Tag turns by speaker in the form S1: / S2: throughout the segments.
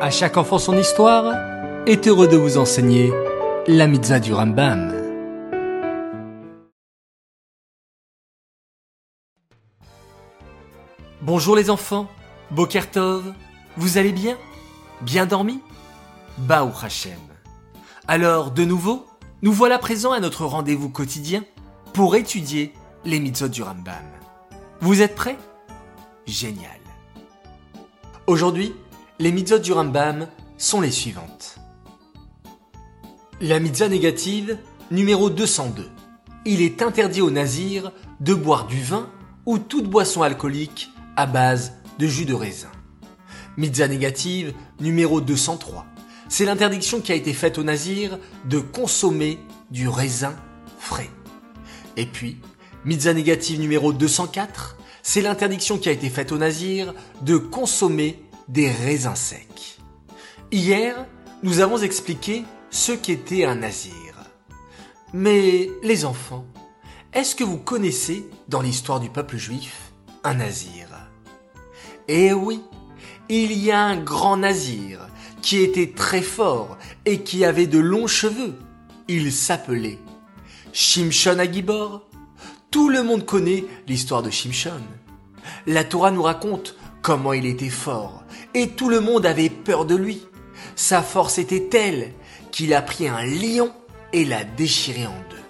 S1: À chaque enfant son histoire est heureux de vous enseigner la mitzvah du Rambam. Bonjour les enfants, Boker Tov, vous allez bien? Bien dormi? Baruch Hashem. Alors, de nouveau, nous voilà présents à notre rendez-vous quotidien pour étudier les mitzvot du Rambam. Vous êtes prêts? Génial. Aujourd'hui, les mitzvot du Rambam sont les suivantes. La mitzvah négative, numéro 202. Il est interdit aux nazirs de boire du vin ou toute boisson alcoolique à base de jus de raisin. Mitzvah négative, numéro 203. C'est l'interdiction qui a été faite aux nazirs de consommer du raisin frais. Et puis, mitzvah négative numéro 204, c'est l'interdiction qui a été faite aux nazirs de consommer des raisins secs. Hier, nous avons expliqué ce qu'était un nazir. Mais les enfants, est-ce que vous connaissez dans l'histoire du peuple juif un nazir? Eh oui, il y a un grand nazir qui était très fort et qui avait de longs cheveux. Il s'appelait Shimshon Agibor. Tout le monde connaît l'histoire de Shimshon. La Torah nous raconte comment il était fort et tout le monde avait peur de lui. Sa force était telle qu'il a pris un lion et l'a déchiré en deux.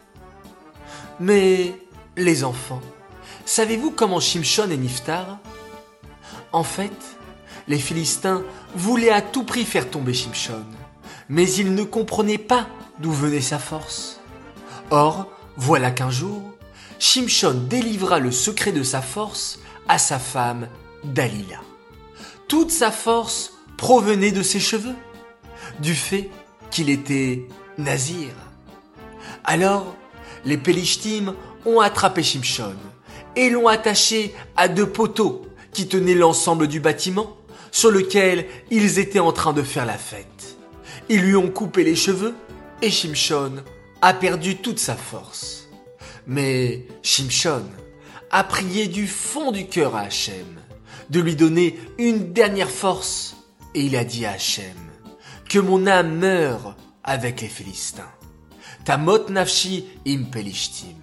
S1: Mais les enfants, savez-vous comment Shimshon est niftar? En fait, les Philistins voulaient à tout prix faire tomber Shimshon, mais ils ne comprenaient pas d'où venait sa force. Or, voilà qu'un jour, Shimshon délivra le secret de sa force à sa femme Dalila. Toute sa force provenait de ses cheveux, du fait qu'il était nazir. Alors, les Pélishtim ont attrapé Shimshon et l'ont attaché à deux poteaux qui tenaient l'ensemble du bâtiment sur lequel ils étaient en train de faire la fête. Ils lui ont coupé les cheveux et Shimshon a perdu toute sa force. Mais Shimshon a prié du fond du cœur à Hachem de lui donner une dernière force et il a dit à Hachem que mon âme meure avec les Philistins. Tamot nafshi im pelishtim.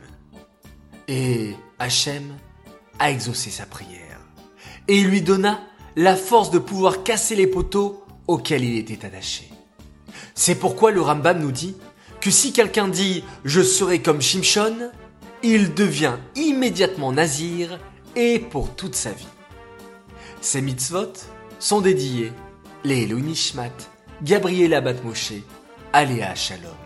S1: Et Hachem a exaucé sa prière et il lui donna la force de pouvoir casser les poteaux auxquels il était attaché. C'est pourquoi le Rambam nous dit que si quelqu'un dit « je serai comme Shimshon », il devient immédiatement nazir et pour toute sa vie. Ces mitzvot sont dédiés les Elou Nishmat, Gabriela Bat Moshe, Aléa Shalom.